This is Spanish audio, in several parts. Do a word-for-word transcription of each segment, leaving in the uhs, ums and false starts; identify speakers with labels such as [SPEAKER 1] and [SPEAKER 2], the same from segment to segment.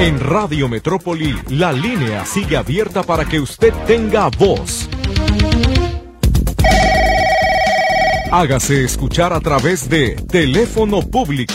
[SPEAKER 1] En Radio Metrópoli, la línea sigue abierta para que usted tenga voz. Hágase escuchar a través de teléfono público.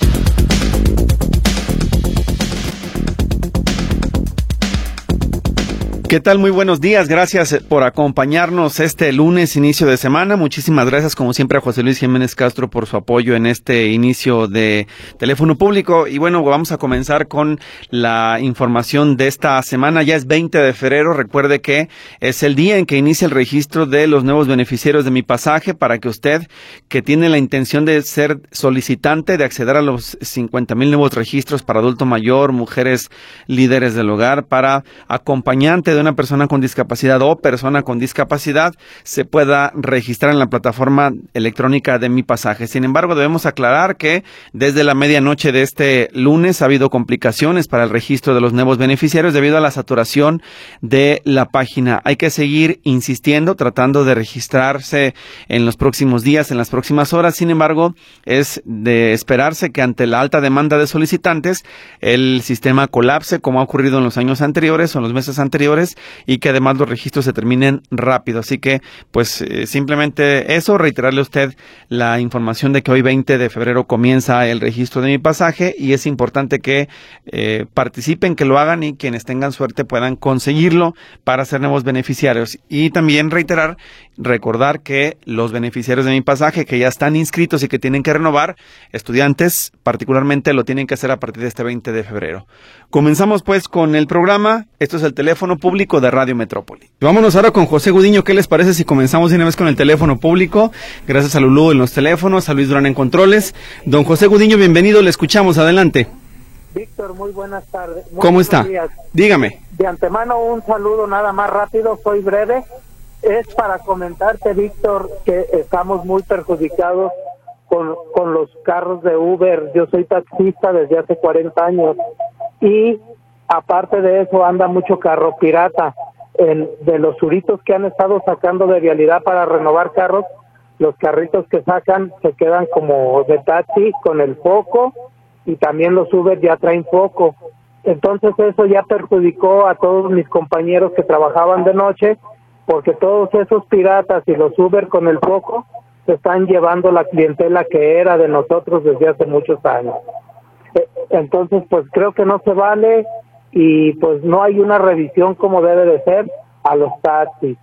[SPEAKER 2] ¿Qué tal? Muy buenos días, gracias por acompañarnos este lunes, inicio de semana. Muchísimas gracias, como siempre, a José Luis Jiménez Castro por su apoyo en este inicio de teléfono público. Y bueno, vamos a comenzar con la información de esta semana. Ya es veinte de febrero, recuerde que es el día en que inicia el registro de los nuevos beneficiarios de Mi Pasaje, para que usted, que tiene la intención de ser solicitante, de acceder a los cincuenta mil nuevos registros para adulto mayor, mujeres líderes del hogar, para acompañante de una persona con discapacidad o persona con discapacidad, se pueda registrar en la plataforma electrónica de Mi Pasaje. Sin embargo, debemos aclarar que desde la medianoche de este lunes ha habido complicaciones para el registro de los nuevos beneficiarios debido a la saturación de la página. Hay que seguir insistiendo, tratando de registrarse en los próximos días, en las próximas horas. Sin embargo, es de esperarse que ante la alta demanda de solicitantes, el sistema colapse, como ha ocurrido en los años anteriores o en los meses anteriores, y que además los registros se terminen rápido. Así que, pues, eh, simplemente eso, reiterarle a usted la información de que hoy veinte de febrero comienza el registro de Mi Pasaje, y es importante que eh, participen, que lo hagan, y quienes tengan suerte puedan conseguirlo para ser nuevos beneficiarios. Y también reiterar, recordar que los beneficiarios de Mi Pasaje que ya están inscritos y que tienen que renovar, estudiantes particularmente, lo tienen que hacer a partir de este veinte de febrero. Comenzamos pues con el programa. Esto es el teléfono público de Radio Metrópoli. Vámonos ahora con José Gudiño. ¿Qué les parece si comenzamos de una vez con el teléfono público? Gracias a Lulú en los teléfonos, a Luis Durán en controles. Don José Gudiño, bienvenido, le escuchamos, adelante.
[SPEAKER 3] Víctor, muy buenas tardes. Muy
[SPEAKER 2] ¿Cómo está?
[SPEAKER 3] Días.
[SPEAKER 2] Dígame.
[SPEAKER 3] De antemano un saludo nada más rápido, soy breve. Es para comentarte, Víctor, que estamos muy perjudicados con, con los carros de Uber. Yo soy taxista desde hace cuarenta años y aparte de eso anda mucho carro pirata. En, de los suritos que han estado sacando de vialidad para renovar carros, los carritos que sacan se quedan como de taxi con el foco, y también los Uber ya traen foco. Entonces eso ya perjudicó a todos mis compañeros que trabajaban de noche, porque todos esos piratas y los Uber con el foco se están llevando la clientela que era de nosotros desde hace muchos años. Entonces, pues creo que no se vale, y pues no hay una revisión como debe de ser a los taxis.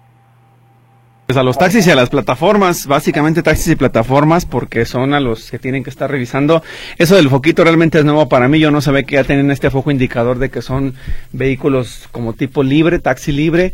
[SPEAKER 2] Pues a los taxis y a las plataformas, básicamente taxis y plataformas, porque son a los que tienen que estar revisando. Eso del foquito realmente es nuevo para mí. Yo no sabía que ya tienen este foco indicador de que son vehículos como tipo libre, taxi libre,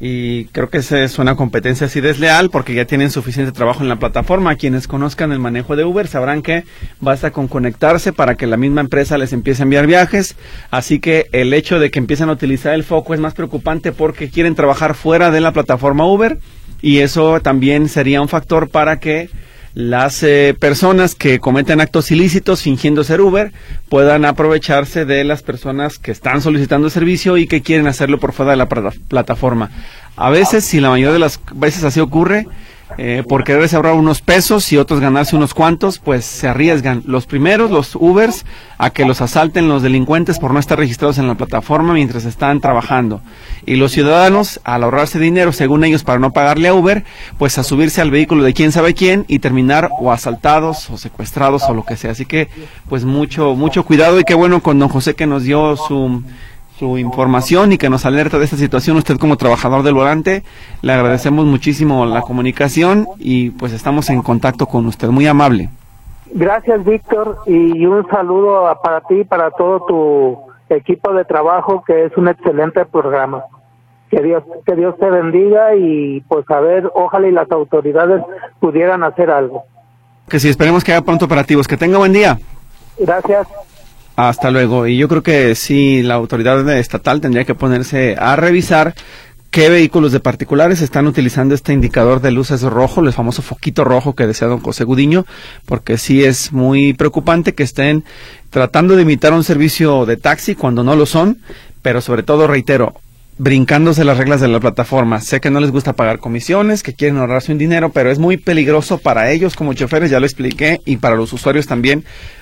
[SPEAKER 2] y creo que esa es una competencia así desleal, porque ya tienen suficiente trabajo en la plataforma. Quienes conozcan el manejo de Uber sabrán que basta con conectarse para que la misma empresa les empiece a enviar viajes. Así que el hecho de que empiecen a utilizar el foco es más preocupante, porque quieren trabajar fuera de la plataforma Uber, y eso también sería un factor para que las eh, personas que cometen actos ilícitos fingiendo ser Uber puedan aprovecharse de las personas que están solicitando servicio y que quieren hacerlo por fuera de la pl- plataforma. A veces, si la mayoría de las veces así ocurre, eh, por quererse ahorrar unos pesos y otros ganarse unos cuantos, pues se arriesgan. Los primeros, los Ubers, a que los asalten los delincuentes por no estar registrados en la plataforma mientras están trabajando. Y los ciudadanos, al ahorrarse dinero, según ellos, para no pagarle a Uber, pues a subirse al vehículo de quién sabe quién y terminar o asaltados o secuestrados o lo que sea. Así que, pues mucho, mucho cuidado, y qué bueno con don José que nos dio su... su información y que nos alerta de esta situación. Usted, como trabajador del volante, le agradecemos muchísimo la comunicación, y pues estamos en contacto con usted. Muy amable.
[SPEAKER 3] Gracias, Víctor, y un saludo a, para ti y para todo tu equipo de trabajo, que es un excelente programa. Que Dios, que Dios te bendiga, y pues a ver, ojalá y las autoridades pudieran hacer algo.
[SPEAKER 2] Que sí, esperemos que haya pronto operativos. Que tenga buen día.
[SPEAKER 3] Gracias.
[SPEAKER 2] Hasta luego. Y yo creo que sí, la autoridad estatal tendría que ponerse a revisar qué vehículos de particulares están utilizando este indicador de luces rojo, el famoso foquito rojo que decía don José Gudiño, porque sí es muy preocupante que estén tratando de imitar un servicio de taxi cuando no lo son, pero sobre todo, reitero, brincándose las reglas de la plataforma. Sé que no les gusta pagar comisiones, que quieren ahorrarse un dinero, pero es muy peligroso para ellos como choferes, ya lo expliqué, y para los usuarios también,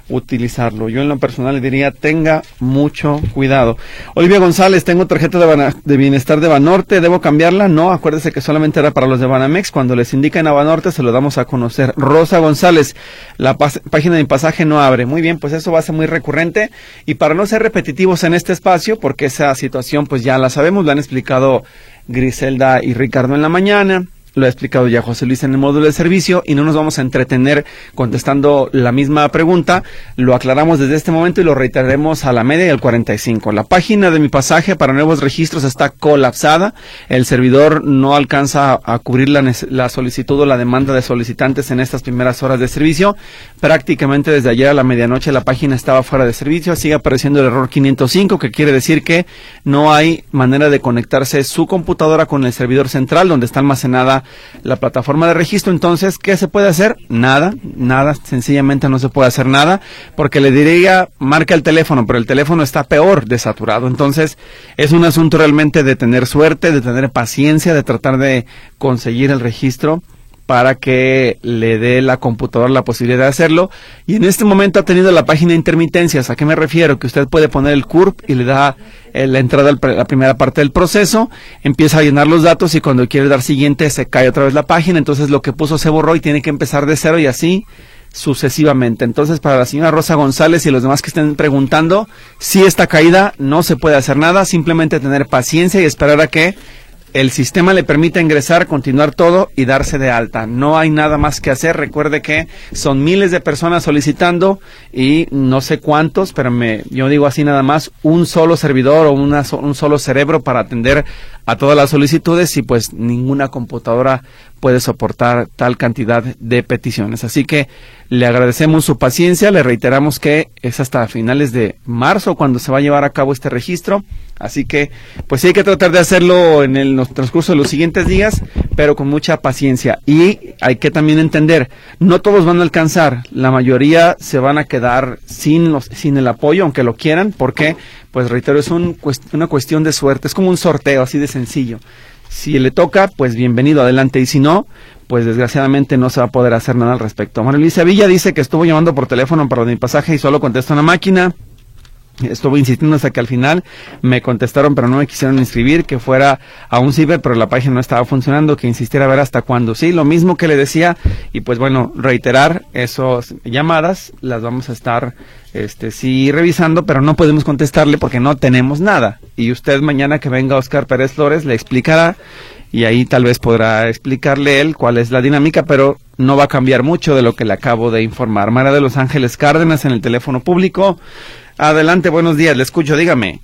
[SPEAKER 2] utilizarlo. Yo en lo personal le diría, tenga mucho cuidado. Olivia González, tengo tarjeta de, Bana, de bienestar de Banorte, ¿debo cambiarla? No, acuérdese que solamente era para los de Banamex. Cuando les indican a Banorte se lo damos a conocer. Rosa González, la página de mi pasaje no abre. Muy bien, pues eso va a ser muy recurrente. Y para no ser repetitivos en este espacio, porque esa situación pues ya la sabemos, la han explicado Griselda y Ricardo en la mañana, lo ha explicado ya José Luis en el módulo de servicio, y no nos vamos a entretener contestando la misma pregunta. Lo aclaramos desde este momento y lo reiteraremos a la media y al cuarenta y cinco. La página de mi pasaje para nuevos registros está colapsada. El servidor no alcanza a, a cubrir la, la solicitud o la demanda de solicitantes en estas primeras horas de servicio. Prácticamente desde ayer a la medianoche la página estaba fuera de servicio. Sigue apareciendo el error quinientos cinco, que quiere decir que no hay manera de conectarse su computadora con el servidor central donde está almacenada la plataforma de registro. Entonces, ¿qué se puede hacer? Nada, nada, sencillamente no se puede hacer nada, porque le diría, marca el teléfono, pero el teléfono está peor de saturado. Entonces, es un asunto realmente de tener suerte, de tener paciencia, de tratar de conseguir el registro para que le dé la computadora la posibilidad de hacerlo. Y en este momento ha tenido la página de intermitencias. ¿A qué me refiero? Que usted puede poner el C U R P y le da eh, la entrada a la primera parte del proceso, empieza a llenar los datos y cuando quiere dar siguiente se cae otra vez la página. Entonces lo que puso se borró y tiene que empezar de cero y así sucesivamente. Entonces, para la señora Rosa González y los demás que estén preguntando, si está caída, no se puede hacer nada, simplemente tener paciencia y esperar a que el sistema le permite ingresar, continuar todo y darse de alta. No hay nada más que hacer. Recuerde que son miles de personas solicitando y no sé cuántos, pero me, yo digo así nada más, un solo servidor o una, un solo cerebro para atender a todas las solicitudes y pues ninguna computadora puede soportar tal cantidad de peticiones. Así que le agradecemos su paciencia, le reiteramos que es hasta finales de marzo cuando se va a llevar a cabo este registro. Así que, pues sí hay que tratar de hacerlo en el transcurso de los siguientes días, pero con mucha paciencia. Y hay que también entender, no todos van a alcanzar, la mayoría se van a quedar sin los, sin el apoyo, aunque lo quieran, porque, pues reitero, es un, una cuestión de suerte, es como un sorteo, así de sencillo. Si le toca, pues bienvenido, adelante, y si no, pues desgraciadamente no se va a poder hacer nada al respecto. María Luisa Villa dice que estuvo llamando por teléfono para mi pasaje y solo contesta una máquina. Estuve insistiendo hasta que al final me contestaron, pero no me quisieron inscribir, que fuera a un ciber, pero la página no estaba funcionando, que insistiera a ver hasta cuándo. Sí, lo mismo que le decía, y pues bueno, reiterar esas llamadas, las vamos a estar, este, sí, revisando, pero no podemos contestarle porque no tenemos nada. Y usted mañana que venga Oscar Pérez Flores le explicará, y ahí tal vez podrá explicarle él cuál es la dinámica, pero no va a cambiar mucho de lo que le acabo de informar. María de Los Ángeles Cárdenas en el teléfono público. Adelante, buenos días, le escucho, dígame.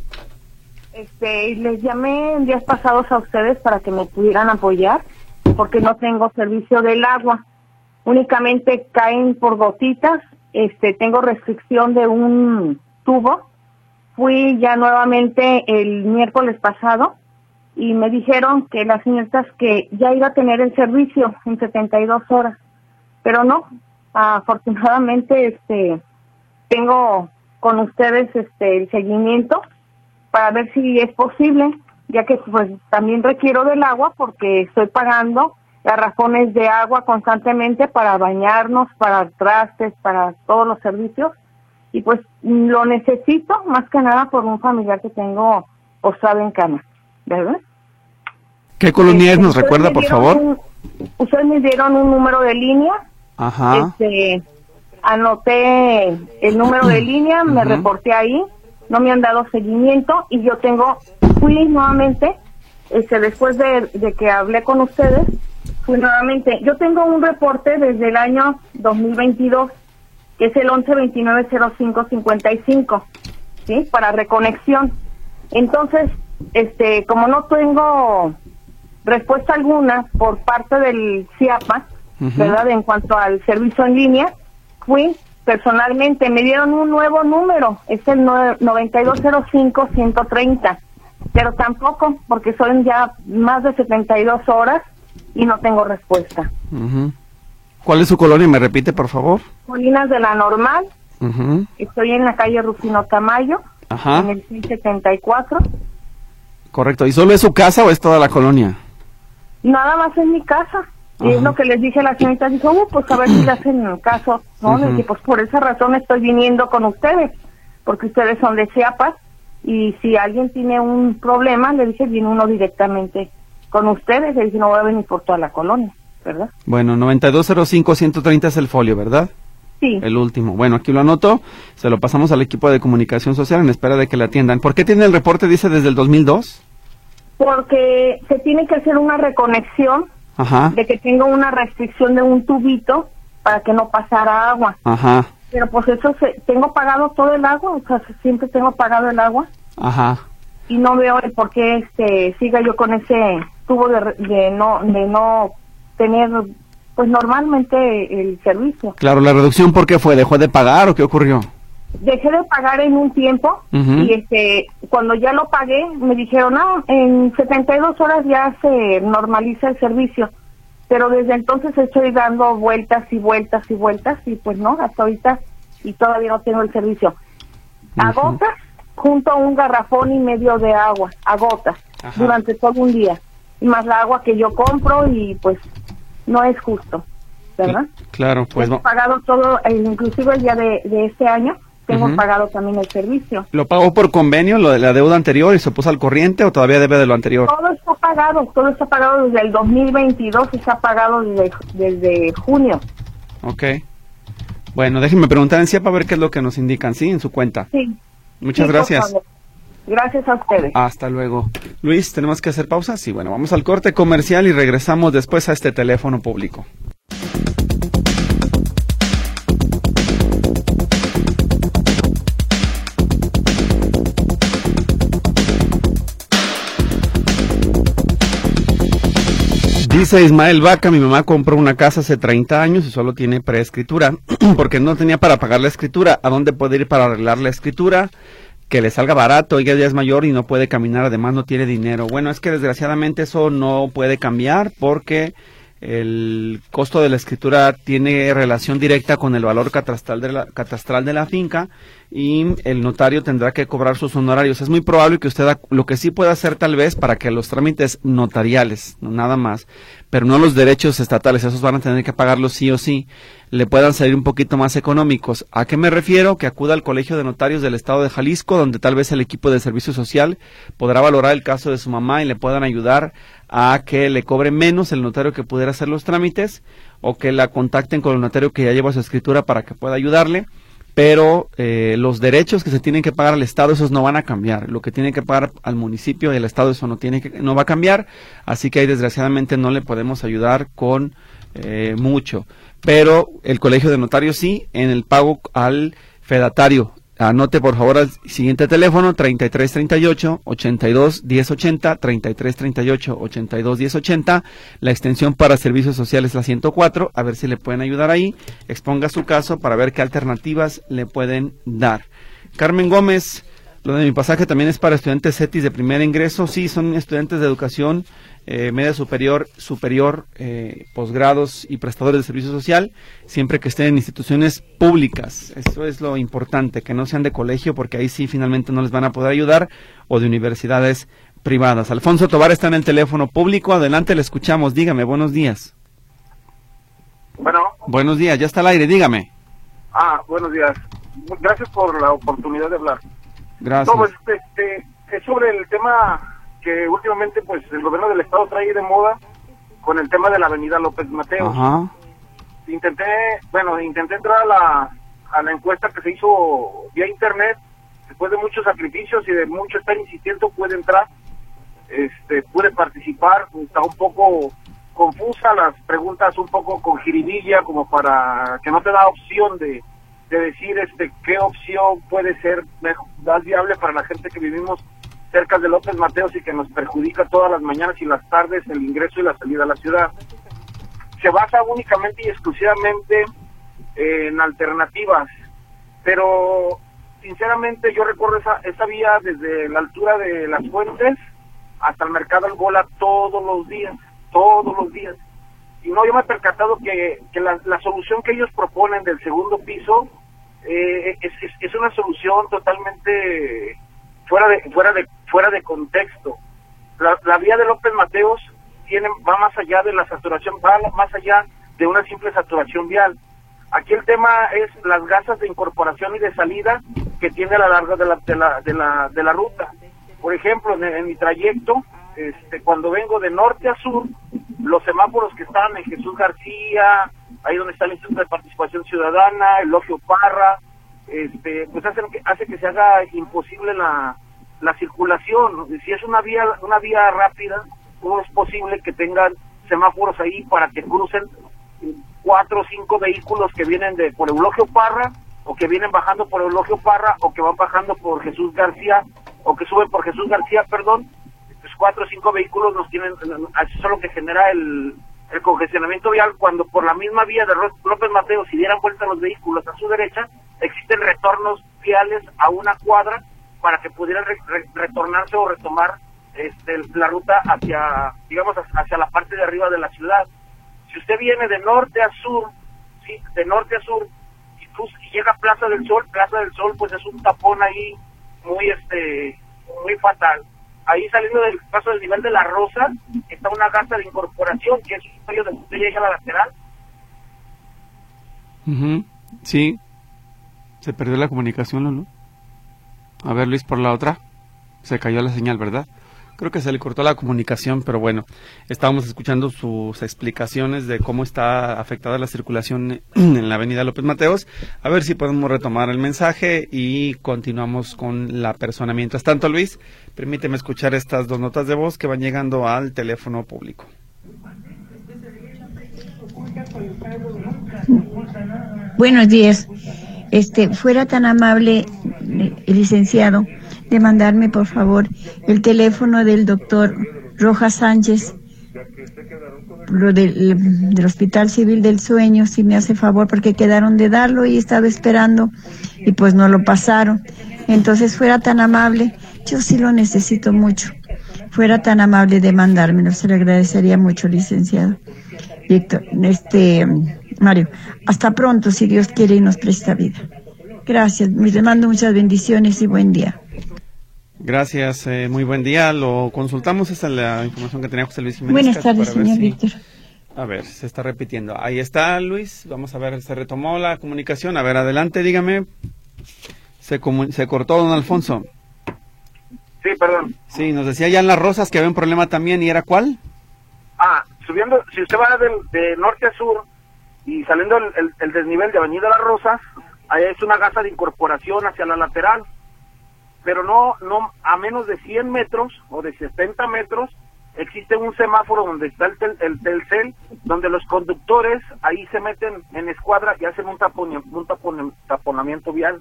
[SPEAKER 4] Este, les llamé en días pasados a ustedes para que me pudieran apoyar, porque no tengo servicio del agua, únicamente caen por gotitas, este, tengo restricción de un tubo. Fui ya nuevamente el miércoles pasado y me dijeron que las señoritas que ya iba a tener el servicio en setenta y dos horas, pero no, afortunadamente este, tengo con ustedes este el seguimiento para ver si es posible, ya que pues también requiero del agua porque estoy pagando garrafones de agua constantemente para bañarnos, para trastes, para todos los servicios, y pues lo necesito más que nada por un familiar que tengo postrado en cama, ¿verdad?
[SPEAKER 2] ¿Qué colonia es? ¿Nos recuerda, por favor?
[SPEAKER 4] Un, ustedes me dieron un número de línea.
[SPEAKER 2] Ajá.
[SPEAKER 4] Este, anoté el número de línea, me uh-huh. reporté ahí, no me han dado seguimiento y yo tengo, fui nuevamente, este, después de, de que hablé con ustedes, fui nuevamente, yo tengo un reporte desde el año dos mil veintidós, que es el once veintinueve cero cinco cincuenta y cinco, ¿sí? Para reconexión. Entonces, este, como no tengo respuesta alguna por parte del C I A P A, uh-huh. ¿verdad? En cuanto al servicio en línea, fui personalmente, me dieron un nuevo número, es el noventa y dos cero cinco ciento treinta, pero tampoco, porque son ya más de setenta y dos horas y no tengo respuesta.
[SPEAKER 2] Uh-huh. ¿Cuál es su colonia? ¿Me repite, por favor?
[SPEAKER 4] Colinas de la Normal,
[SPEAKER 2] uh-huh.
[SPEAKER 4] estoy en la calle Rufino Tamayo,
[SPEAKER 2] Ajá.
[SPEAKER 4] en el seiscientos setenta y cuatro.
[SPEAKER 2] Correcto, ¿y solo es su casa o es toda la colonia?
[SPEAKER 4] Nada más en mi casa. Y es lo que les dije a la señorita, dijo, uh, pues a ver si le hacen caso, ¿no?
[SPEAKER 2] Uh-huh.
[SPEAKER 4] Le dije, pues por esa razón estoy viniendo con ustedes, porque ustedes son de Chiapas, y si alguien tiene un problema, le dije, viene uno directamente con ustedes, le dije, no voy a venir por toda la colonia, ¿verdad?
[SPEAKER 2] Bueno, noventa y dos cero cinco ciento treinta es el folio, ¿verdad?
[SPEAKER 4] Sí.
[SPEAKER 2] El último. Bueno, aquí lo anoto, se lo pasamos al equipo de comunicación social en espera de que le atiendan. ¿Por qué tiene el reporte, dice, desde el dos mil dos?
[SPEAKER 4] Porque se tiene que hacer una reconexión.
[SPEAKER 2] Ajá.
[SPEAKER 4] De que tengo una restricción de un tubito para que no pasara agua.
[SPEAKER 2] Ajá.
[SPEAKER 4] Pero pues eso, se, tengo pagado todo el agua, o sea, siempre tengo pagado el agua.
[SPEAKER 2] Ajá.
[SPEAKER 4] Y no veo el por qué este, siga yo con ese tubo de, de no de no tener, pues normalmente el servicio.
[SPEAKER 2] Claro, ¿la reducción por qué fue? ¿Dejó de pagar o qué ocurrió?
[SPEAKER 4] Dejé de pagar en un tiempo,
[SPEAKER 2] uh-huh.
[SPEAKER 4] y este cuando ya lo pagué me dijeron, no, en setenta y dos horas ya se normaliza el servicio, pero desde entonces estoy dando vueltas y vueltas y vueltas y pues no, hasta ahorita y todavía no tengo el servicio. A uh-huh. gotas, junto a un garrafón y medio de agua, a gotas, Ajá. durante todo un día, y más la agua que yo compro y pues no es justo, ¿verdad?
[SPEAKER 2] Claro, pues...
[SPEAKER 4] He pagado todo, inclusive el día de, de este año, tengo uh-huh. pagado también el servicio.
[SPEAKER 2] ¿Lo pagó por convenio, lo de la deuda anterior, y se puso al corriente o todavía debe de lo anterior?
[SPEAKER 4] Todo está pagado, todo está pagado desde el dos mil veintidós, está pagado desde, desde junio.
[SPEAKER 2] Ok. Bueno, déjenme preguntar en C I A para ver qué es lo que nos indican, ¿sí? En su cuenta.
[SPEAKER 4] Sí.
[SPEAKER 2] Muchas
[SPEAKER 4] sí,
[SPEAKER 2] gracias.
[SPEAKER 4] Gracias a ustedes.
[SPEAKER 2] Hasta luego. Luis, ¿tenemos que hacer pausa? Sí, bueno, vamos al corte comercial y regresamos después a este teléfono público. Dice Ismael Vaca, mi mamá compró una casa hace treinta años y solo tiene preescritura, porque no tenía para pagar la escritura. ¿A dónde puede ir para arreglar la escritura? Que le salga barato, ella ya es mayor y no puede caminar, además no tiene dinero. Bueno, es que desgraciadamente eso no puede cambiar porque el costo de la escritura tiene relación directa con el valor catastral de la, catastral de la finca, y el notario tendrá que cobrar sus honorarios. Es muy probable que usted ha, lo que sí pueda hacer tal vez para que los trámites notariales, no nada más, pero no los derechos estatales, esos van a tener que pagarlos sí o sí, le puedan salir un poquito más económicos. ¿A qué me refiero? Que acuda al Colegio de Notarios del Estado de Jalisco, donde tal vez el equipo de Servicio Social podrá valorar el caso de su mamá y le puedan ayudar a que le cobre menos el notario que pudiera hacer los trámites, o que la contacten con el notario que ya lleva su escritura para que pueda ayudarle. Pero eh, los derechos que se tienen que pagar al Estado, esos no van a cambiar. Lo que tiene que pagar al municipio y al Estado, eso no tiene que, no va a cambiar. Así que ahí desgraciadamente no le podemos ayudar con eh, mucho. Pero el Colegio de Notarios sí, en el pago al fedatario. Anote por favor al siguiente teléfono, treinta y tres treinta y ocho, ochenta y dos diez ochenta, treinta y tres treinta y ocho, ochenta y dos diez ochenta, la extensión para servicios sociales la ciento cuatro, a ver si le pueden ayudar ahí, exponga su caso para ver qué alternativas le pueden dar. Carmen Gómez, lo de mi pasaje también es para estudiantes CETIS de primer ingreso. Sí, son estudiantes de educación eh, media superior, superior, eh, posgrados y prestadores de servicio social, siempre que estén en instituciones públicas. Eso es lo importante, que no sean de colegio, porque ahí sí finalmente no les van a poder ayudar, o de universidades privadas. Alfonso Tovar está en el teléfono público. Adelante, le escuchamos. Dígame, buenos días.
[SPEAKER 5] Bueno.
[SPEAKER 2] Buenos días, ya está al aire, dígame.
[SPEAKER 5] Ah, buenos días. Gracias por la oportunidad de hablar.
[SPEAKER 2] Gracias.
[SPEAKER 5] No, pues, este, es sobre el tema que últimamente pues el gobierno del estado trae de moda con el tema de la avenida López Mateos.
[SPEAKER 2] Ajá.
[SPEAKER 5] Intenté, bueno, intenté entrar a la, a la encuesta que se hizo vía internet. Después de muchos sacrificios y de mucho estar insistiendo, pude entrar. Este, pude participar, está un poco confusa, las preguntas un poco con jiribilla, como para que no te da opción de, de decir este qué opción puede ser mejor, más viable para la gente que vivimos cerca de López Mateos y que nos perjudica todas las mañanas y las tardes el ingreso y la salida a la ciudad. Se basa únicamente y exclusivamente en alternativas, pero sinceramente yo recorro esa, esa vía desde la altura de Las Fuentes hasta el Mercado Algola todos los días, todos los días. Y no, yo me he percatado que, que la, la solución que ellos proponen del segundo piso eh, es, es, es una solución totalmente fuera de fuera de fuera de contexto. La, la vía de López Mateos tiene, va más allá de la saturación, va más allá de una simple saturación vial. Aquí el tema es las gasas de incorporación y de salida que tiene a lo largo de la, de la, de la, de la ruta. Por ejemplo, en, en mi trayecto, este, cuando vengo de norte a sur, los semáforos que están en Jesús García, ahí donde está el Instituto de Participación Ciudadana, el Logio Parra, este, pues hacen que, hace que se haga imposible la, la circulación. Si es una vía, una vía rápida, ¿cómo es posible que tengan semáforos ahí para que crucen cuatro o cinco vehículos que vienen de por Eulogio Parra, o que vienen bajando por Eulogio Parra, o que van bajando por Jesús García, o que suben por Jesús García, perdón? Pues cuatro o cinco vehículos nos tienen, eso es lo que genera el, el congestionamiento vial, cuando por la misma vía de López Mateos, si dieran vuelta los vehículos a su derecha, existen retornos viales a una cuadra para que pudieran re, re, retornarse o retomar este, la ruta hacia, digamos, hacia la parte de arriba de la ciudad. Si usted viene de norte a sur, sí, de norte a sur, y, pues, y llega a Plaza del Sol, Plaza del Sol, pues es un tapón ahí muy, este, muy fatal. Ahí saliendo del paso del nivel de la Rosa, está una gasa de incorporación, que es un medio de usted llega a la lateral.
[SPEAKER 2] Uh-huh. Sí, se perdió la comunicación, Lulu. A ver, Luis, por la otra. Se cayó la señal, ¿verdad? Creo que se le cortó la comunicación, pero bueno, estábamos escuchando sus explicaciones de cómo está afectada la circulación en la avenida López Mateos. A ver si podemos retomar el mensaje y continuamos con el persona. Mientras tanto, Luis, permíteme escuchar estas dos notas de voz que van llegando al teléfono público.
[SPEAKER 6] Buenos días. Este, fuera tan amable, el licenciado, de mandarme, por favor, el teléfono del doctor Rojas Sánchez, lo del, del Hospital Civil del Sueño, si me hace favor, porque quedaron de darlo y he estado esperando y pues no lo pasaron. Entonces, fuera tan amable, yo sí lo necesito mucho, fuera tan amable de mandármelo, se le agradecería mucho, licenciado. Víctor, este, Mario, hasta pronto, si Dios quiere y nos presta vida. Gracias, les mando muchas bendiciones y buen día.
[SPEAKER 2] Gracias, eh, muy buen día. Lo consultamos, esta es la información que tenía José Luis Jiménez.
[SPEAKER 6] Buenas tardes, señor si, Víctor.
[SPEAKER 2] A ver, se está repitiendo. Ahí está, Luis. Vamos a ver, se retomó la comunicación. A ver, adelante, dígame. Se, se cortó, don Alfonso.
[SPEAKER 5] Sí, perdón.
[SPEAKER 2] Sí, nos decía ya en Las Rosas que había un problema también. ¿Y era cuál?
[SPEAKER 5] Ah, subiendo, si usted va de, de norte a sur y saliendo el, el, el desnivel de Avenida Las Rosas, ahí es una gasa de incorporación hacia la lateral. Pero no, no, a menos de cien metros o de setenta metros, existe un semáforo donde está el, tel, el Telcel, donde los conductores ahí se meten en escuadra y hacen un, tapon, un tapon, taponamiento vial.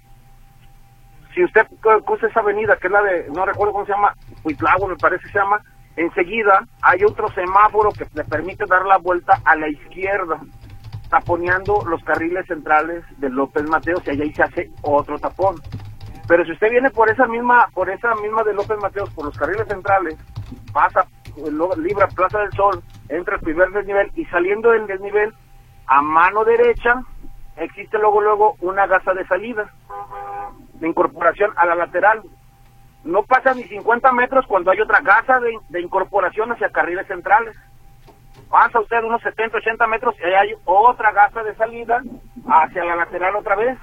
[SPEAKER 5] Si usted cruza esa avenida, que es la de, no recuerdo cómo se llama, Huitlago me parece que se llama, enseguida hay otro semáforo que le permite dar la vuelta a la izquierda, taponeando los carriles centrales de López Mateos, y ahí se hace otro tapón. Pero si usted viene por esa misma, por esa misma de López Mateos, por los carriles centrales, pasa, libra Plaza del Sol, entra el primer desnivel, y saliendo del desnivel, a mano derecha, existe luego, luego, una gasa de salida, de incorporación a la lateral. No pasa ni cincuenta metros cuando hay otra gasa de, de incorporación hacia carriles centrales. Pasa usted unos setenta, ochenta metros y ahí hay otra gasa de salida hacia la lateral otra vez.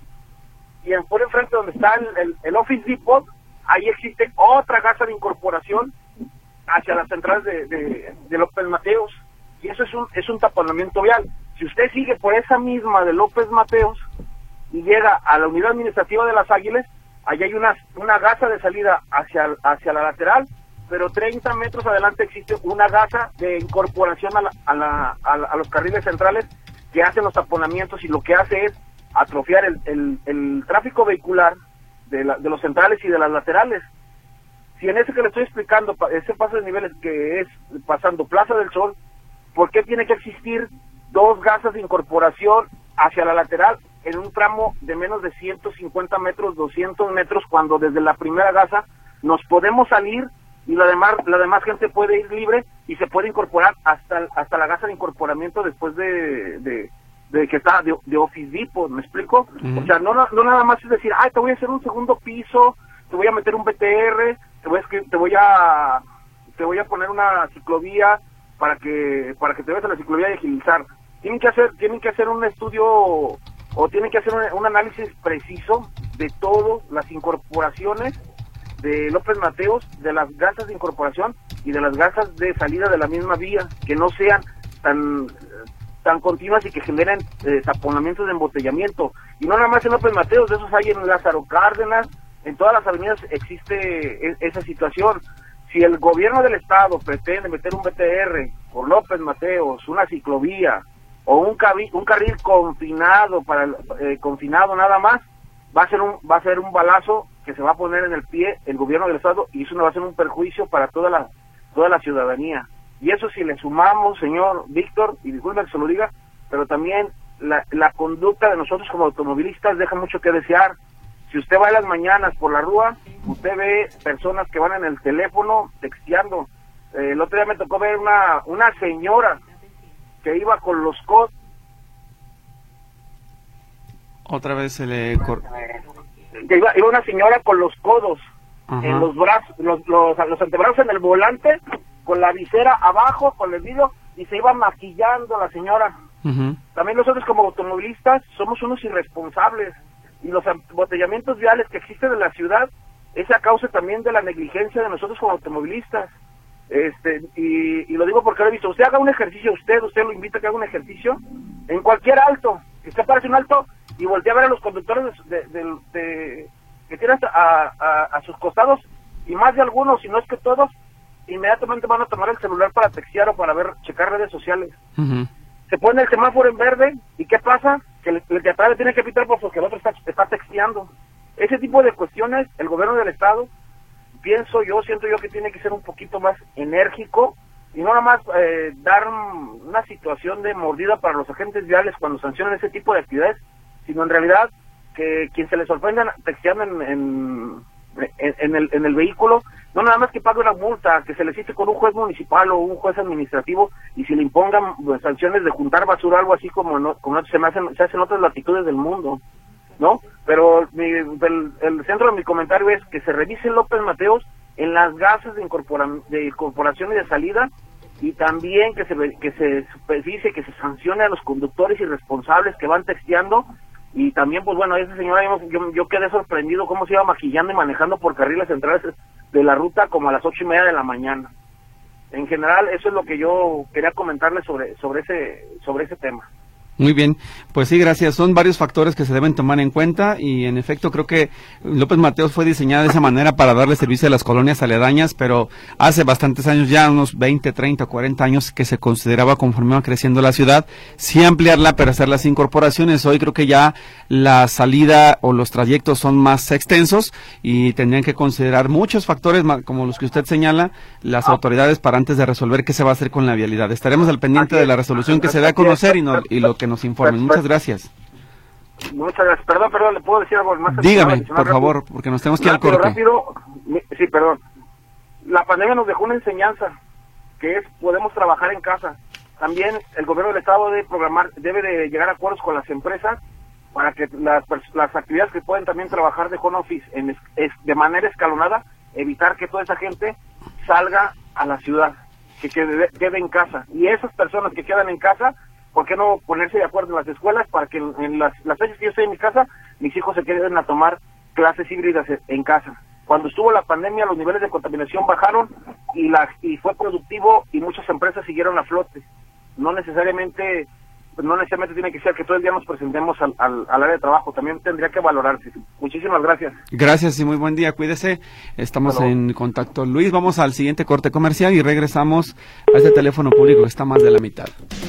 [SPEAKER 5] Y en, por enfrente donde está el, el, el Office Depot, ahí existe otra gasa de incorporación hacia las centrales de, de, de López Mateos. Y eso es un, es un taponamiento vial. Si usted sigue por esa misma de López Mateos y llega a la unidad administrativa de Las Águilas, ahí hay una, una gasa de salida hacia, hacia la lateral, pero treinta metros adelante existe una gasa de incorporación a, la, a, la, a, la, a los carriles centrales que hacen los taponamientos, y lo que hace es atrofiar el, el, el tráfico vehicular de, la, de los centrales y de las laterales. Si en ese que le estoy explicando, ese paso de niveles que es pasando Plaza del Sol, ¿por qué tiene que existir dos gasas de incorporación hacia la lateral en un tramo de menos de ciento cincuenta metros, doscientos metros, cuando desde la primera gasa nos podemos salir y la demás, la demás gente puede ir libre y se puede incorporar hasta, hasta la gasa de incorporamiento después de, de, de que está de, de Office Depot? ¿Me explico? Uh-huh. O sea, no, no nada más es decir, ay, te voy a hacer un segundo piso, te voy a meter un B T R, te voy a, te voy a, te voy a poner una ciclovía para que para que te vayas a la ciclovía y agilizar. Tienen que hacer tienen que hacer un estudio o tienen que hacer un, un análisis preciso de todas las incorporaciones de López Mateos, de las gasas de incorporación y de las gasas de salida de la misma vía, que no sean tan tan continuas y que generen eh, taponamientos de embotellamiento. Y no nada más en López Mateos, de esos hay en Lázaro Cárdenas, en todas las avenidas existe e esa situación. Si el gobierno del estado pretende meter un B T R por López Mateos, una ciclovía o un, un carril confinado para eh, confinado nada más, va a ser un va a ser un balazo que se va a poner en el pie el gobierno del estado, y eso no va a ser un perjuicio para toda la toda la ciudadanía. Y eso si le sumamos, señor Víctor, y disculpe que se lo diga, pero también la, la conducta de nosotros como automovilistas deja mucho que desear. Si usted va a las mañanas por la rúa, usted ve personas que van en el teléfono texteando. Eh, el otro día me tocó ver una una señora que iba con los codos.
[SPEAKER 2] Otra vez se le... Cor...
[SPEAKER 5] Que iba, iba una señora con los codos
[SPEAKER 2] Ajá.
[SPEAKER 5] en los brazos, los, los, los antebrazos en el volante, con la visera abajo, con el vidrio, y se iba maquillando la señora.
[SPEAKER 2] Uh-huh.
[SPEAKER 5] También nosotros como automovilistas somos unos irresponsables, y los embotellamientos viales que existen en la ciudad es a causa también de la negligencia de nosotros como automovilistas. Este y, y lo digo porque lo he visto. Usted haga un ejercicio, usted usted lo invita a que haga un ejercicio en cualquier alto, que usted parece un alto y voltea a ver a los conductores de, de, de, de que tienen a, a, a sus costados, y más de algunos, si no es que todos, inmediatamente van a tomar el celular para textear o para ver, checar redes sociales.
[SPEAKER 2] Uh-huh.
[SPEAKER 5] Se pone el semáforo en verde, ¿y qué pasa? Que el, el de atrás le tiene que pitar porque el otro está, está texteando. Ese tipo de cuestiones, el gobierno del estado, pienso yo, siento yo que tiene que ser un poquito más enérgico, y no nada más eh, dar una situación de mordida para los agentes viales cuando sancionan ese tipo de actividades, sino en realidad que quien se le sorprenda texteando en, en, en, en, el, en el vehículo, no nada más que pague una multa, que se le cite con un juez municipal o un juez administrativo, y si le impongan pues, sanciones de juntar basura, algo así como, no, como se, me hacen, se hacen otras latitudes del mundo, ¿no? Pero mi, el, el centro de mi comentario es que se revise López Mateos en las gasas de, incorpora, de incorporación y de salida, y también que se que se supervise, que se sancione a los conductores irresponsables que van texteando. Y también, pues bueno, esa señora, yo, yo, yo quedé sorprendido cómo se iba maquillando y manejando por carriles centrales de la ruta como a las ocho y media de la mañana. En general, eso es lo que yo quería comentarles sobre sobre ese sobre ese tema.
[SPEAKER 2] Muy bien, pues sí, gracias. Son varios factores que se deben tomar en cuenta, y en efecto creo que López Mateos fue diseñada de esa manera para darle servicio a las colonias aledañas, pero hace bastantes años, ya unos veinte, treinta, cuarenta años, que se consideraba, conforme iba creciendo la ciudad, sí ampliarla, pero hacer las incorporaciones. Hoy creo que ya la salida o los trayectos son más extensos y tendrían que considerar muchos factores, como los que usted señala, las autoridades, para antes de resolver qué se va a hacer con la vialidad. Estaremos al pendiente de la resolución que se dé a conocer y, no, y lo que nos informen. Muchas gracias.
[SPEAKER 5] Muchas gracias. Perdón, perdón, ¿le puedo decir algo más?
[SPEAKER 2] Dígame, por rápido, favor, porque nos tenemos que ir al corte.
[SPEAKER 5] Rápido, sí, perdón. La pandemia nos dejó una enseñanza, que es podemos trabajar en casa. También el gobierno del estado debe programar, debe de llegar a acuerdos con las empresas para que las, las actividades que pueden también trabajar de home office en, es, es, de manera escalonada, evitar que toda esa gente salga a la ciudad, que quede, quede en casa. Y esas personas que quedan en casa, ¿por qué no ponerse de acuerdo en las escuelas para que en, en las, las fechas que yo estoy en mi casa, mis hijos se queden a tomar clases híbridas en casa? Cuando estuvo la pandemia, los niveles de contaminación bajaron y, la, y fue productivo, y muchas empresas siguieron a flote. No necesariamente no necesariamente tiene que ser que todo el día nos presentemos al, al, al área de trabajo, también tendría que valorarse. Muchísimas gracias.
[SPEAKER 2] Gracias y muy buen día, cuídese. Estamos Hello. en contacto. Luis, vamos al siguiente corte comercial y regresamos a este teléfono público que está más de la mitad.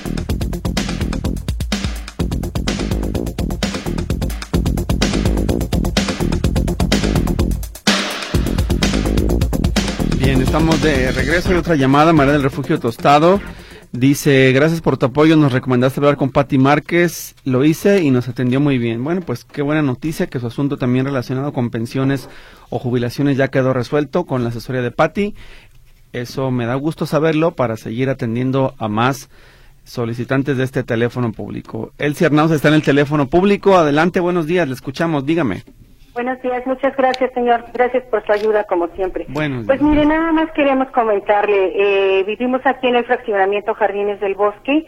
[SPEAKER 2] Bien, estamos de regreso. Hay otra llamada, María del Refugio Tostado. Dice, gracias por tu apoyo, nos recomendaste hablar con Pati Márquez, lo hice y nos atendió muy bien. Bueno, pues qué buena noticia que su asunto también relacionado con pensiones o jubilaciones ya quedó resuelto con la asesoría de Pati. Eso me da gusto saberlo para seguir atendiendo a más solicitantes de este teléfono público. Elsie Arnauz está en el teléfono público. Adelante, buenos días, le escuchamos, dígame.
[SPEAKER 7] Buenos días, muchas gracias, señor. Gracias por su ayuda, como siempre.
[SPEAKER 2] Bueno,
[SPEAKER 7] pues mire, nada más queremos comentarle. Eh, vivimos aquí en el fraccionamiento Jardines del Bosque,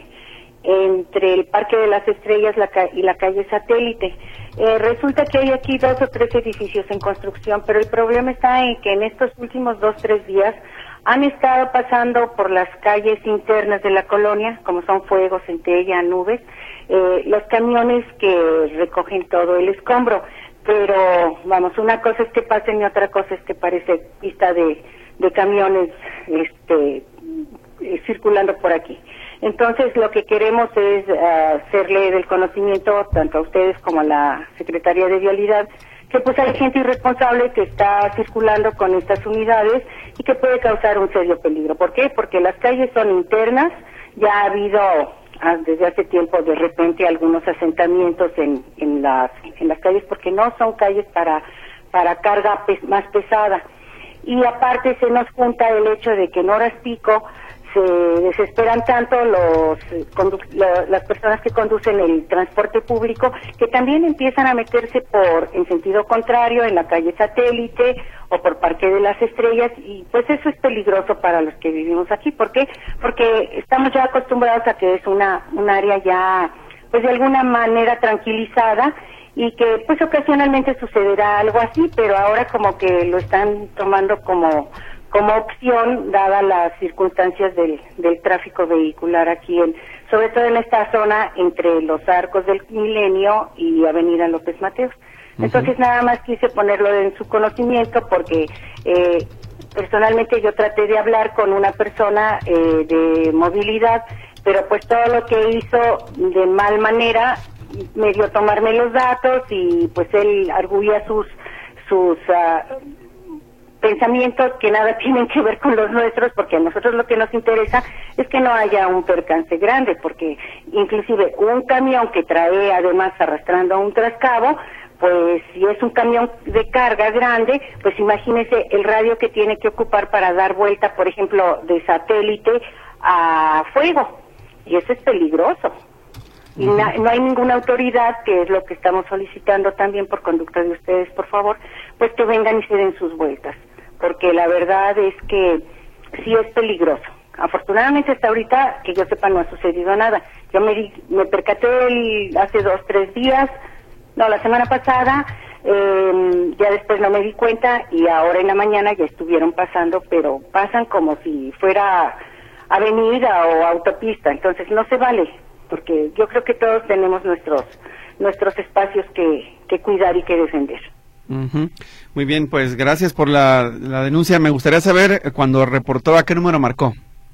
[SPEAKER 7] entre el Parque de las Estrellas la ca y la calle Satélite. Eh, resulta que hay aquí dos o tres edificios en construcción, pero el problema está en que en estos últimos dos, tres días han estado pasando por las calles internas de la colonia, como son Fuego, Centella, Nubes, eh, los camiones que recogen todo el escombro. Pero, vamos, una cosa es que pasen y otra cosa es que parece pista de, de camiones este, eh, circulando por aquí. Entonces, lo que queremos es uh, hacerle del conocimiento tanto a ustedes como a la Secretaría de Vialidad que pues hay gente irresponsable que está circulando con estas unidades y que puede causar un serio peligro. ¿Por qué? Porque las calles son internas, ya ha habido desde hace tiempo de repente algunos asentamientos en, en las en las calles porque no son calles para para carga pes, más pesada, y aparte se nos junta el hecho de que en horas pico se desesperan tanto los la, las personas que conducen el transporte público que también empiezan a meterse por en sentido contrario en la calle Satélite o por Parque de las Estrellas, y pues eso es peligroso para los que vivimos aquí. ¿Por qué? Porque estamos ya acostumbrados a que es una un área ya pues de alguna manera tranquilizada y que pues ocasionalmente sucederá algo así, pero ahora como que lo están tomando como como opción, dadas las circunstancias del, del tráfico vehicular aquí, en, sobre todo en esta zona entre los Arcos del Milenio y Avenida López Mateos. Uh-huh. Entonces nada más quise ponerlo en su conocimiento porque eh, personalmente yo traté de hablar con una persona eh, de movilidad, pero pues todo lo que hizo de mal manera me dio tomarme los datos y pues él arguía sus sus uh, pensamientos que nada tienen que ver con los nuestros, porque a nosotros lo que nos interesa es que no haya un percance grande, porque inclusive un camión que trae además arrastrando un trascabo, pues si es un camión de carga grande, pues imagínese el radio que tiene que ocupar para dar vuelta, por ejemplo, de Satélite a Fuego, y eso es peligroso. Y na, no hay ninguna autoridad, que es lo que estamos solicitando también por conducta de ustedes, por favor, pues que vengan y se den sus vueltas, porque la verdad es que sí es peligroso. Afortunadamente hasta ahorita, que yo sepa, no ha sucedido nada. Yo me, di, me percaté el, hace dos, tres días, no, la semana pasada, eh, ya después no me di cuenta y ahora en la mañana ya estuvieron pasando, pero pasan como si fuera avenida o autopista, entonces no se vale, porque yo creo que todos tenemos nuestros nuestros espacios que, que cuidar y que defender.
[SPEAKER 2] Uh-huh. Muy bien, pues gracias por la, la denuncia. Me gustaría saber, cuando reportó, ¿a qué número marcó?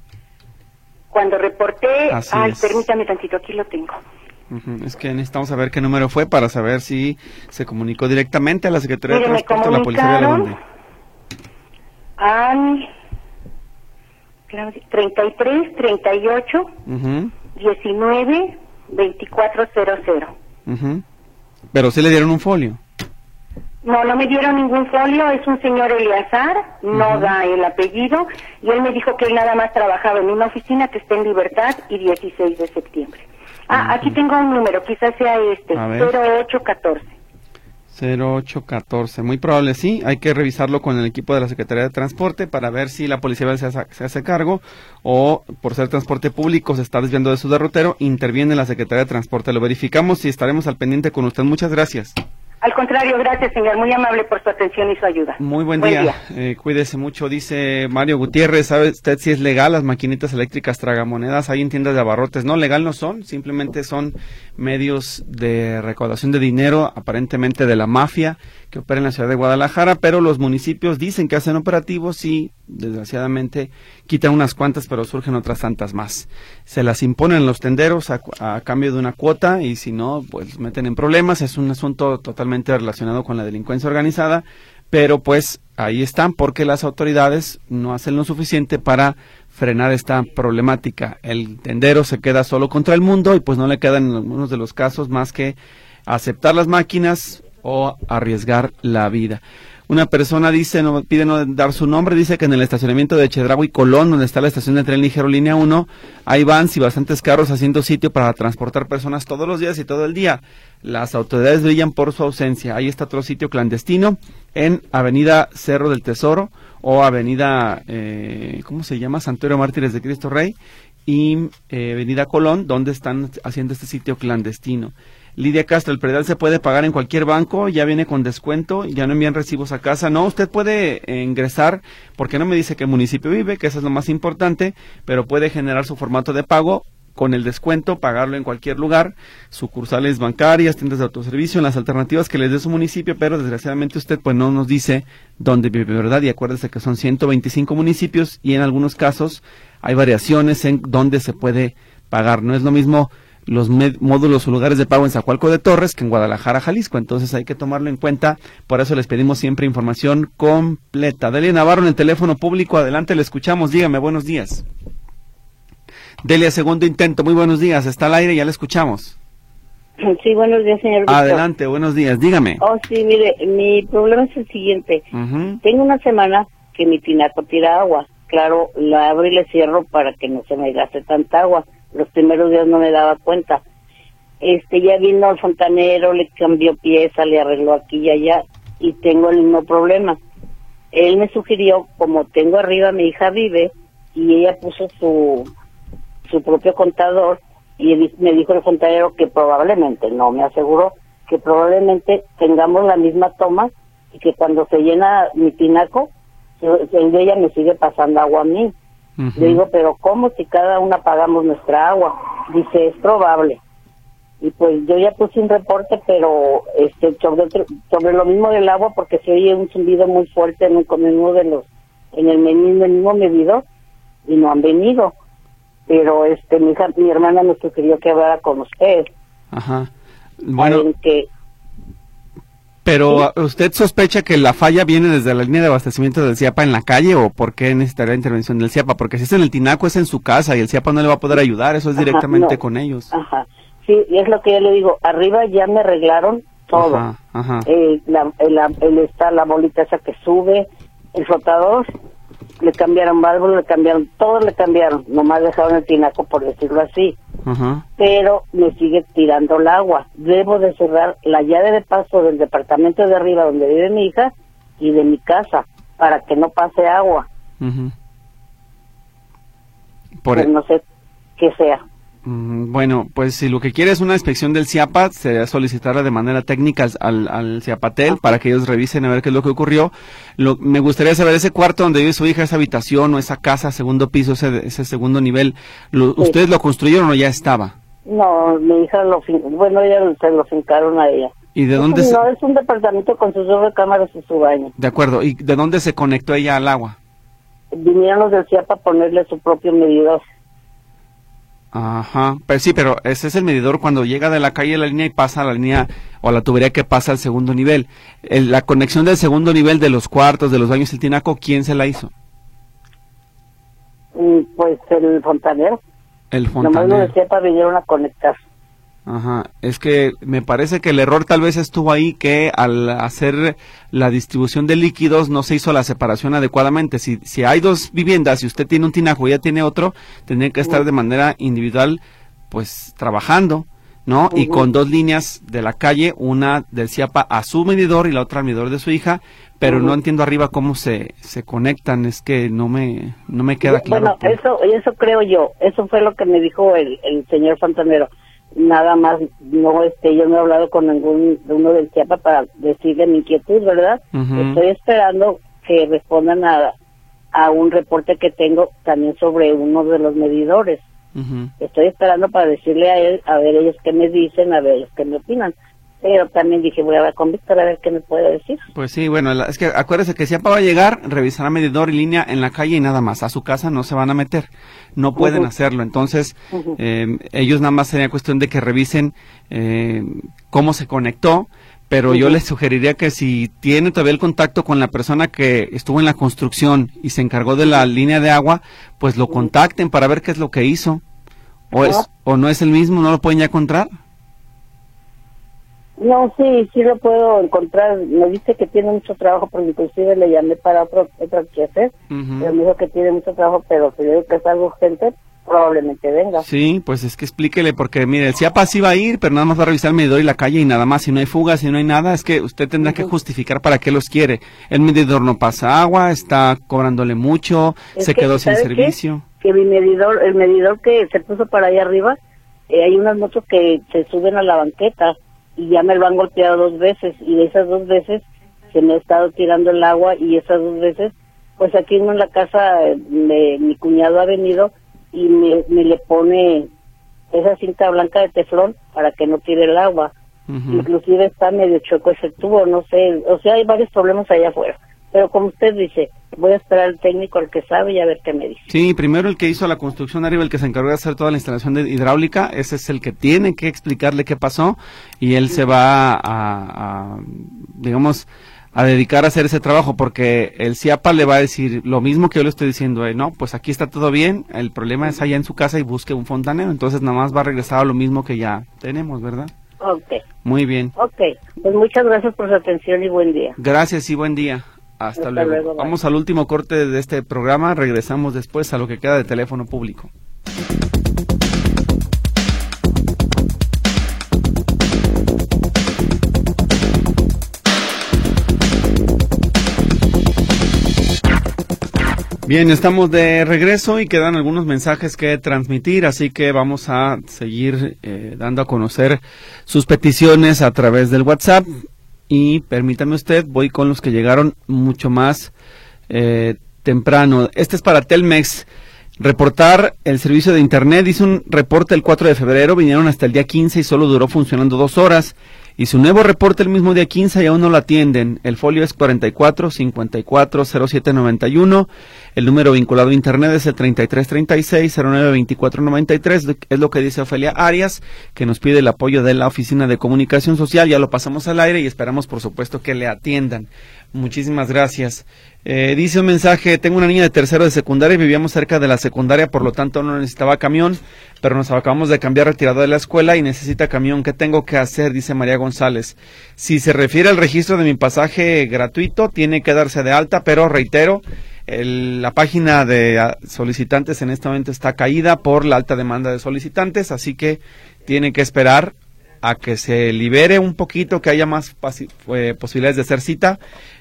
[SPEAKER 7] Cuando reporté,
[SPEAKER 2] Así
[SPEAKER 7] ay,
[SPEAKER 2] es.
[SPEAKER 7] permítame tantito, aquí lo tengo.
[SPEAKER 2] Uh-huh. Es que necesitamos saber qué número fue para saber si se comunicó directamente a la Secretaría
[SPEAKER 7] Mire,
[SPEAKER 2] de Transporte o a la Policía de León.
[SPEAKER 7] Al treinta y tres, treinta y ocho, uh-huh. diecinueve, veinticuatro cero cero.
[SPEAKER 2] Uh-huh. Pero sí le dieron un folio.
[SPEAKER 7] No, no me dieron ningún folio, es un señor Eleazar, no uh-huh. da el apellido, y él me dijo que él nada más trabajaba en una oficina que está en Libertad y dieciséis de septiembre. Ah, uh-huh. Aquí tengo un número, quizás sea este, cero ocho catorce.
[SPEAKER 2] cero ocho catorce, muy probable, sí, hay que revisarlo con el equipo de la Secretaría de Transporte para ver si la policía se hace, se hace cargo o, por ser transporte público, se está desviando de su derrotero, interviene la Secretaría de Transporte. Lo verificamos y estaremos al pendiente con usted. Muchas gracias.
[SPEAKER 7] Al contrario, gracias, señor, muy amable por su atención y su ayuda.
[SPEAKER 2] Muy buen, buen día, día. Eh, cuídese mucho. Dice Mario Gutiérrez, ¿sabe usted si es legal las maquinitas eléctricas tragamonedas ahí en tiendas de abarrotes? No, legal no son, simplemente son medios de recaudación de dinero, aparentemente de la mafia, que opera en la ciudad de Guadalajara, pero los municipios dicen que hacen operativos y, desgraciadamente, quitan unas cuantas, pero surgen otras tantas más. Se las imponen los tenderos a, a cambio de una cuota, y si no, pues meten en problemas. Es un asunto totalmente relacionado con la delincuencia organizada, pero pues ahí están, porque las autoridades no hacen lo suficiente para frenar esta problemática. El tendero se queda solo contra el mundo y pues no le quedan en algunos de los casos más que aceptar las máquinas o arriesgar la vida. Una persona dice, no pide no dar su nombre, dice que en el estacionamiento de Chedraui y Colón, donde está la estación de tren ligero línea uno, hay vans y bastantes carros haciendo sitio para transportar personas todos los días y todo el día. Las autoridades brillan por su ausencia. Ahí está otro sitio clandestino en Avenida Cerro del Tesoro o Avenida, eh, ¿cómo se llama? Santuario Mártires de Cristo Rey y eh, Avenida Colón, donde están haciendo este sitio clandestino. Lidia Castro, el predial se puede pagar en cualquier banco, ya viene con descuento, ya no envían recibos a casa. No, usted puede eh, ingresar, porque no me dice qué municipio vive, que eso es lo más importante, pero puede generar su formato de pago con el descuento, pagarlo en cualquier lugar, sucursales bancarias, tiendas de autoservicio, en las alternativas que les dé su municipio, pero desgraciadamente usted pues no nos dice dónde vive, ¿verdad? Y acuérdese que son ciento veinticinco municipios y en algunos casos hay variaciones en dónde se puede pagar. No es lo mismo los módulos o lugares de pago en Zacualco de Torres que en Guadalajara, Jalisco, entonces hay que tomarlo en cuenta, por eso les pedimos siempre información completa. Delia Navarro en el teléfono público, adelante, le escuchamos, dígame, buenos días. Delia, segundo intento, muy buenos días, está al aire, ya le escuchamos.
[SPEAKER 8] Sí, buenos días, señor Víctor.
[SPEAKER 2] Adelante, buenos días, dígame.
[SPEAKER 8] Oh, sí, mire, mi problema es el siguiente, uh-huh. Tengo una semana que mi tinaco tira agua, claro, la abro y le cierro para que no se me gaste tanta agua. Los primeros días no me daba cuenta. Este, ya vino el fontanero, le cambió pieza, le arregló aquí y allá, y tengo el mismo problema. Él me sugirió, como tengo arriba, mi hija vive, y ella puso su, su propio contador, y él, me dijo el fontanero que probablemente, no me aseguró, que probablemente tengamos la misma toma, y que cuando se llena mi tinaco, el de ella me sigue pasando agua a mí. Uh-huh. Le digo, pero ¿cómo si cada una pagamos nuestra agua? Dice, es probable. Y pues yo ya puse un reporte, pero este sobre, sobre lo mismo del agua, porque se oye un zumbido muy fuerte en, un, en uno de los, en el mismo, el mismo medidor, y no han venido. Pero este mi hija, mi hermana me sugirió que hablara con usted.
[SPEAKER 2] Ajá. Bueno.
[SPEAKER 8] Que,
[SPEAKER 2] Pero, ¿usted sospecha que la falla viene desde la línea de abastecimiento del CIAPA en la calle o por qué necesitaría intervención del CIAPA? Porque si es en el tinaco, es en su casa y el CIAPA no le va a poder ayudar, eso es directamente ajá, no. con ellos.
[SPEAKER 8] Ajá, sí, y es lo que yo le digo, arriba ya me arreglaron todo. Ajá, ajá. Eh, la, la, el, está la bolita esa que sube, el flotador, le cambiaron válvulas, le cambiaron, todo le cambiaron, nomás dejaron el tinaco, por decirlo así. Uh-huh. Pero me sigue tirando el agua. Debo de cerrar la llave de paso del departamento de arriba donde vive mi hija y de mi casa para que no pase agua. Uh-huh. Por pues el... no sé qué sea.
[SPEAKER 2] Mm, bueno, pues si lo que quiere es una inspección del CIAPA, se solicitará de manera técnica al, al CIAPATEL uh-huh. para que ellos revisen a ver qué es lo que ocurrió. Lo, me gustaría saber ese cuarto donde vive su hija, esa habitación o esa casa, segundo piso, ese, ese segundo nivel, lo, sí. ¿ustedes lo construyeron o ya estaba?
[SPEAKER 8] No, mi hija lo, bueno, ella se lo fincaron a ella.
[SPEAKER 2] ¿Y de
[SPEAKER 8] es
[SPEAKER 2] dónde?
[SPEAKER 8] Un,
[SPEAKER 2] se...
[SPEAKER 8] No, es un departamento con sus dos recámaras y su baño.
[SPEAKER 2] De acuerdo, ¿y de dónde se conectó ella al agua?
[SPEAKER 8] Vinieron los del CIAPA a ponerle su propio medidor.
[SPEAKER 2] Ajá, pero sí, pero ese es el medidor cuando llega de la calle a la línea y pasa a la línea o a la tubería que pasa al segundo nivel. El, la conexión del segundo nivel de los cuartos, de los baños, el tinaco, ¿quién se la hizo?
[SPEAKER 8] Pues el fontanero.
[SPEAKER 2] El fontanero.
[SPEAKER 8] Nomás lo decía para vinieron a conectar.
[SPEAKER 2] Ajá, es que me parece que el error tal vez estuvo ahí que al hacer la distribución de líquidos no se hizo la separación adecuadamente. Si si hay dos viviendas y usted tiene un tinaco y ella tiene otro, tendría que estar de manera individual pues trabajando, ¿no? Uh-huh. Y con dos líneas de la calle, una del CIAPA a su medidor y la otra al medidor de su hija, pero uh-huh. no entiendo arriba cómo se se conectan, es que no me no me queda claro.
[SPEAKER 8] Bueno, que... eso eso creo yo, eso fue lo que me dijo el, el señor fontanero. Nada más, no este yo no he hablado con ningún de uno del CIAPA para decirle mi inquietud, ¿verdad? Uh-huh. Estoy esperando que respondan a, a un reporte que tengo también sobre uno de los medidores. Uh-huh. Estoy esperando para decirle a él, a ver ellos qué me dicen, a ver ellos qué me opinan. Pero también dije, voy a hablar con Víctor a ver qué me puede decir.
[SPEAKER 2] Pues sí, bueno, la, es que acuérdese que CIAPA va a llegar, revisará medidor y línea en la calle y nada más. A su casa no se van a meter, no pueden uh-huh. hacerlo. Entonces, uh-huh. eh, ellos nada más sería cuestión de que revisen eh, cómo se conectó, pero uh-huh. yo les sugeriría que si tiene todavía el contacto con la persona que estuvo en la construcción y se encargó de la línea de agua, pues lo contacten para ver qué es lo que hizo. O, uh-huh. es, o no es el mismo, no lo pueden ya encontrar.
[SPEAKER 8] No, sí, sí lo puedo encontrar. Me dice que tiene mucho trabajo, porque inclusive le llamé para otro, otro que hacer. Uh-huh. Pero me dijo que tiene mucho trabajo, pero si le digo que es algo urgente, probablemente venga.
[SPEAKER 2] Sí, pues es que explíquele, porque mire, el CIAPA sí va a ir, pero nada más va a revisar el medidor y la calle y nada más. Si no hay fugas, si no hay nada, es que usted tendrá uh-huh. que justificar para qué los quiere. El medidor no pasa agua, está cobrándole mucho, es se que, quedó sin servicio.
[SPEAKER 8] Qué? Que mi medidor, el medidor que se puso para allá arriba, eh, hay unas motos que se suben a la banqueta y ya me lo han golpeado dos veces, y de esas dos veces se me ha estado tirando el agua, y esas dos veces, pues aquí en la casa me, mi cuñado ha venido y me, me le pone esa cinta blanca de teflón para que no tire el agua. Uh-huh. Inclusive está medio choco ese tubo, no sé, o sea, hay varios problemas allá afuera. Pero como usted dice, voy a esperar al técnico, el que sabe, y a ver qué me dice.
[SPEAKER 2] Sí, primero el que hizo la construcción arriba, el que se encargó de hacer toda la instalación de hidráulica, ese es el que tiene que explicarle qué pasó, y él sí. se va a, a, digamos, a dedicar a hacer ese trabajo, porque el CIAPA le va a decir lo mismo que yo le estoy diciendo, eh, no, pues aquí está todo bien, el problema es allá en su casa y busque un fontanero, entonces nada más va a regresar a lo mismo que ya tenemos, ¿verdad?
[SPEAKER 8] Ok.
[SPEAKER 2] Muy bien.
[SPEAKER 8] Ok, pues muchas gracias por su atención y buen día.
[SPEAKER 2] Gracias y buen día. Hasta, Hasta luego. luego Vamos al último corte de este programa. Regresamos después a lo que queda de teléfono público. Bien, estamos de regreso y quedan algunos mensajes que transmitir, así que vamos a seguir eh, dando a conocer sus peticiones a través del WhatsApp. Y permítame usted, voy con los que llegaron mucho más eh, temprano. Este es para Telmex. Reportar el servicio de internet. Hizo un reporte el cuatro de febrero, vinieron hasta el día quince y solo duró funcionando dos horas. Y su nuevo reporte el mismo día quince y aún no lo atienden. El folio es cuarenta y cuatro, cincuenta y cuatro, cero siete noventa y uno. El número vinculado a internet es el treinta y tres treinta y seis, cero nueve veinticuatro noventa y tres. Es lo que dice Ofelia Arias, que nos pide el apoyo de la Oficina de Comunicación Social. Ya lo pasamos al aire y esperamos, por supuesto, que le atiendan. Muchísimas gracias. Eh, dice un mensaje: tengo una niña de tercero de secundaria y vivíamos cerca de la secundaria, por lo tanto no necesitaba camión, pero nos acabamos de cambiar retirado de la escuela y necesita camión. ¿Qué tengo que hacer?, dice María González. Si se refiere al registro de mi pasaje gratuito, tiene que darse de alta, pero reitero, el, la página de solicitantes en este momento está caída por la alta demanda de solicitantes, así que tiene que esperar a que se libere un poquito, que haya más eh, posibilidades de hacer cita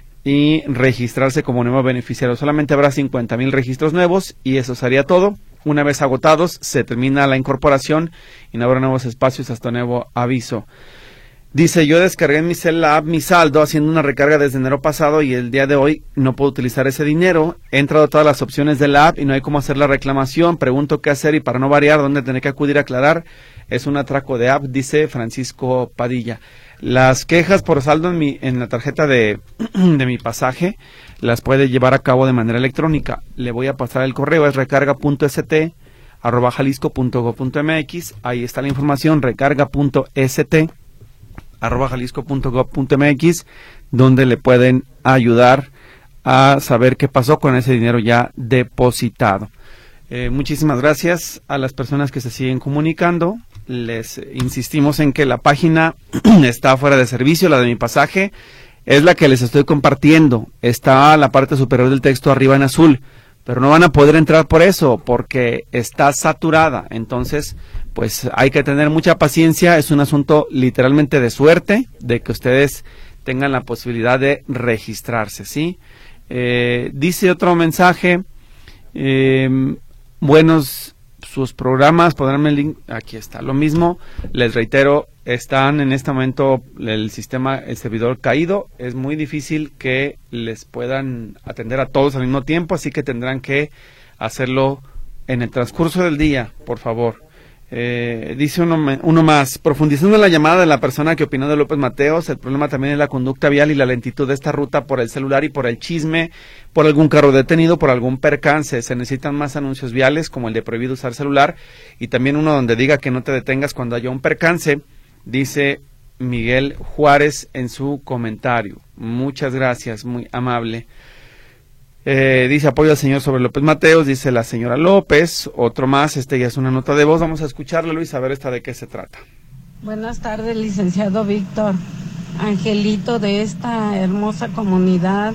[SPEAKER 2] y registrarse como nuevo beneficiario. Solamente habrá cincuenta mil registros nuevos y eso sería todo. Una vez agotados, se termina la incorporación y no habrá nuevos espacios hasta nuevo aviso. Dice: yo descargué en mi celular Mi Saldo haciendo una recarga desde enero pasado y el día de hoy no puedo utilizar ese dinero. He entrado a todas las opciones de la app y no hay cómo hacer la reclamación. Pregunto qué hacer y para no variar, dónde tener que acudir a aclarar. Es un atraco de app, dice Francisco Padilla. Las quejas por saldo en, mi, en la tarjeta de, de mi pasaje las puede llevar a cabo de manera electrónica. Le voy a pasar el correo, es recarga.st arroba jalisco punto gob punto mx. Ahí está la información, recarga.st arroba jalisco punto gob punto mx, donde le pueden ayudar a saber qué pasó con ese dinero ya depositado. Eh, muchísimas gracias a las personas que se siguen comunicando. Les insistimos en que la página está fuera de servicio, la de mi pasaje es la que les estoy compartiendo, está a la parte superior del texto arriba en azul, pero no van a poder entrar por eso, porque está saturada. Entonces, pues hay que tener mucha paciencia, es un asunto literalmente de suerte, de que ustedes tengan la posibilidad de registrarse, ¿sí? Eh, dice otro mensaje, eh, buenos sus programas, podrán el link, aquí está, lo mismo, les reitero, están en este momento el sistema, el servidor caído, es muy difícil que les puedan atender a todos al mismo tiempo, así que tendrán que hacerlo en el transcurso del día, por favor. Eh, dice uno, uno más, profundizando en la llamada de la persona que opinó de López Mateos, el problema también es la conducta vial y la lentitud de esta ruta por el celular y por el chisme, por algún carro detenido, por algún percance. Se necesitan más anuncios viales como el de prohibido usar celular y también uno donde diga que no te detengas cuando haya un percance, dice Miguel Juárez en su comentario. Muchas gracias, muy amable. Eh, dice apoyo al señor sobre López Mateos, dice la señora López. Otro más, este ya es una nota de voz, vamos a escucharla, Luis, a ver esta de qué se trata.
[SPEAKER 9] Buenas tardes, licenciado Víctor. Angelito de esta hermosa comunidad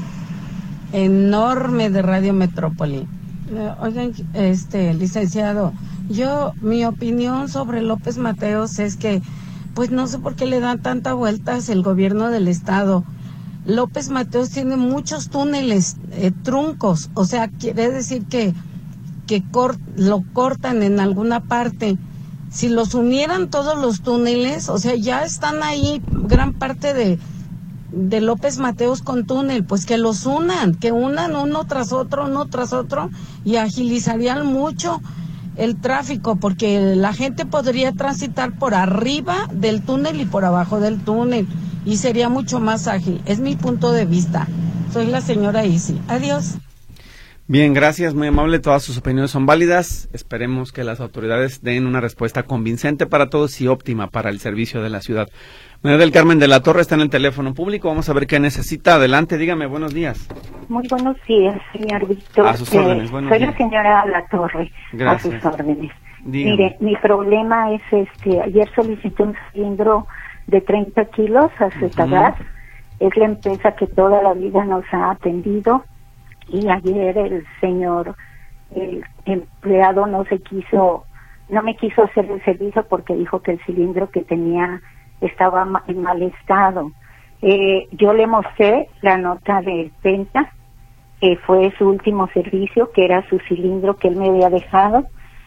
[SPEAKER 9] enorme de Radio Metrópoli. Eh, oigan, este, licenciado, yo, mi opinión sobre López Mateos es que, pues no sé por qué le dan tanta vueltas el gobierno del estado. López Mateos tiene muchos túneles, eh, truncos, o sea, quiere decir que, que cort, lo cortan en alguna parte. Si los unieran todos los túneles, o sea, ya están ahí gran parte de, de López Mateos con túnel, pues que los unan, que unan uno tras otro, uno tras otro, y agilizarían mucho el tráfico, porque la gente podría transitar por arriba del túnel y por abajo del túnel, y sería mucho más ágil. Es mi punto de vista. Soy la señora Isi. Adiós.
[SPEAKER 2] Bien, gracias, muy amable, todas sus opiniones son válidas, esperemos que las autoridades den una respuesta convincente para todos y óptima para el servicio de la ciudad. María del Carmen de la Torre está en el teléfono público, vamos a ver qué necesita, adelante, dígame, buenos días.
[SPEAKER 10] Muy buenos días, señor Víctor.
[SPEAKER 2] A sus órdenes,
[SPEAKER 10] eh,
[SPEAKER 2] buenos
[SPEAKER 10] Soy
[SPEAKER 2] días.
[SPEAKER 10] la señora La Torre,
[SPEAKER 2] Gracias.
[SPEAKER 10] a sus órdenes.
[SPEAKER 2] Dígame.
[SPEAKER 10] Mire, mi problema es este, ayer solicité un cilindro de treinta kilos a Zetagas, uh-huh. Es la empresa que toda la vida nos ha atendido. Y ayer el señor, el empleado no se quiso, no me quiso hacer el servicio porque dijo que el cilindro que tenía estaba ma- en mal estado. Eh, yo le mostré la nota de venta, que fue su último servicio, que era su cilindro que él me había dejado,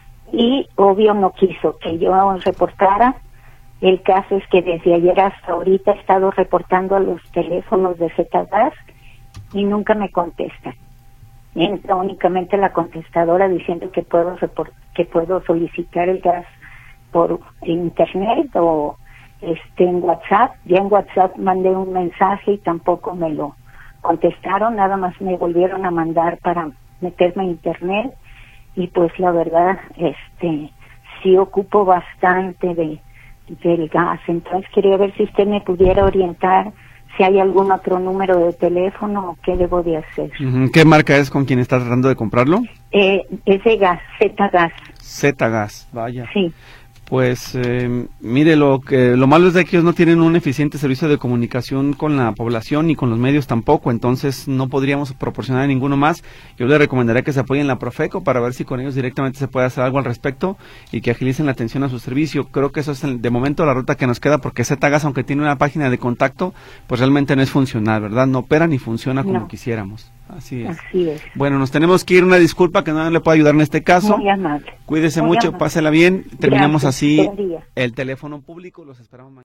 [SPEAKER 10] y obvio no quiso que yo reportara. El caso es que desde ayer hasta ahorita he estado reportando a los teléfonos de Zetagas y nunca me contestan. Entra únicamente la contestadora diciendo que puedo report- que puedo solicitar el gas por internet o este en WhatsApp. Ya en WhatsApp mandé un mensaje y tampoco me lo contestaron, nada más me volvieron a mandar para meterme a internet y pues la verdad este sí ocupo bastante de del gas. Entonces quería ver si usted me pudiera orientar si hay algún otro número de teléfono o qué debo de hacer.
[SPEAKER 2] Uh-huh. ¿Qué marca es con quien está tratando de comprarlo?
[SPEAKER 10] Eh, es de gas, Zetagas.
[SPEAKER 2] Zetagas, vaya.
[SPEAKER 10] Sí.
[SPEAKER 2] Pues eh, mire, lo que lo malo es de que ellos no tienen un eficiente servicio de comunicación con la población ni con los medios tampoco, entonces no podríamos proporcionar ninguno más. Yo le recomendaría que se apoyen en la Profeco para ver si con ellos directamente se puede hacer algo al respecto y que agilicen la atención a su servicio. Creo que eso es el, de momento la ruta que nos queda, porque Zetagas, aunque tiene una página de contacto, pues realmente no es funcional, ¿verdad? No opera ni funciona como
[SPEAKER 10] no.
[SPEAKER 2] quisiéramos. Así es.
[SPEAKER 10] Así es.
[SPEAKER 2] Bueno, nos tenemos que ir, una disculpa que no le puedo ayudar en este caso.
[SPEAKER 10] Muy amable.
[SPEAKER 2] Cuídese
[SPEAKER 10] Muy
[SPEAKER 2] mucho,
[SPEAKER 10] amable.
[SPEAKER 2] pásela bien. Terminamos
[SPEAKER 10] Gracias.
[SPEAKER 2] así
[SPEAKER 10] Buen día.
[SPEAKER 2] el teléfono público, los esperamos mañana.